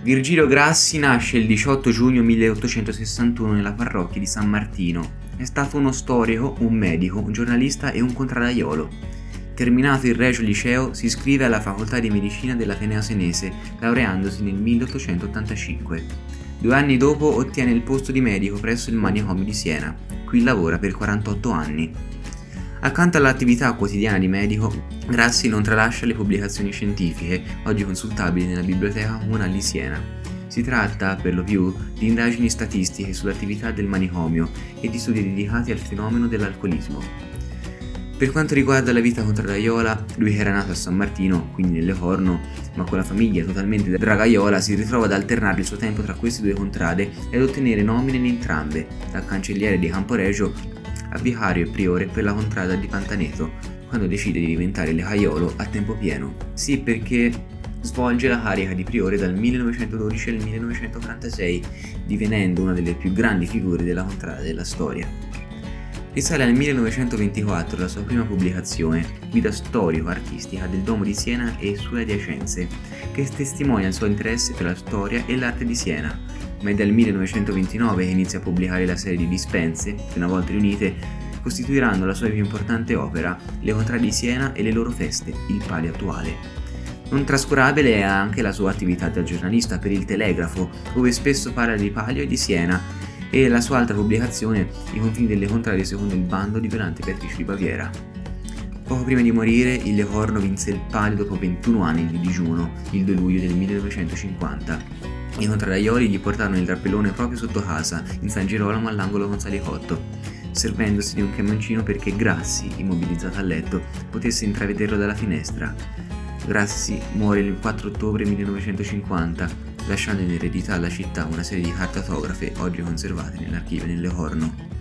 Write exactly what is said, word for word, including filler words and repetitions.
Virgilio Grassi nasce il diciotto giugno milleottocentosessantuno nella parrocchia di San Martino. È stato uno storico, un medico, un giornalista e un contraddaiolo. Terminato il Regio Liceo, si iscrive alla facoltà di medicina dell'Ateneo Senese, laureandosi nel milleottocentottantacinque. Due anni dopo ottiene il posto di medico presso il manicomio di Siena. Qui lavora per quarantotto anni. Accanto all'attività quotidiana di medico, Grassi non tralascia le pubblicazioni scientifiche, oggi consultabili nella Biblioteca Comunale di Siena. Si tratta, per lo più, di indagini statistiche sull'attività del manicomio e di studi dedicati al fenomeno dell'alcolismo. Per quanto riguarda la vita contradaiola, lui che era nato a San Martino, quindi nelle Corno, ma con la famiglia totalmente dragaiola, si ritrova ad alternare il suo tempo tra queste due contrade e ad ottenere nomine in entrambe, da cancelliere di Camporegio a vicario e priore per la contrada di Pantaneto, quando decide di diventare lecaiolo a tempo pieno. Sì, perché svolge la carica di priore dal millenovecentododici al millenovecentotrentasei, divenendo una delle più grandi figure della contrada della storia. Risale al millenovecentoventiquattro la sua prima pubblicazione, Guida storico-artistica del Duomo di Siena e sue adiacenze, che testimonia il suo interesse per la storia e l'arte di Siena, ma è dal millenovecentoventinove che inizia a pubblicare la serie di dispense, che una volta riunite costituiranno la sua più importante opera, Le contrade di Siena e le loro feste, il Palio attuale. Non trascurabile è anche la sua attività da giornalista per il Telegrafo, dove spesso parla di Palio e di Siena, e la sua altra pubblicazione, I confini delle contrade secondo il bando di Violante Beatrice di Baviera. Poco prima di morire, il Lecorno vinse il Palio dopo ventuno anni di digiuno, il due luglio del millenovecentocinquanta. I contraddaioli gli portarono il drappellone proprio sotto casa, in San Girolamo all'angolo con Salicotto, servendosi di un camioncino perché Grassi, immobilizzato a letto, potesse intravederlo dalla finestra. Grassi muore il quattro ottobre millenovecentocinquanta, lasciando in eredità alla città una serie di carte autografe oggi conservate nell'archivio nel Lecorno.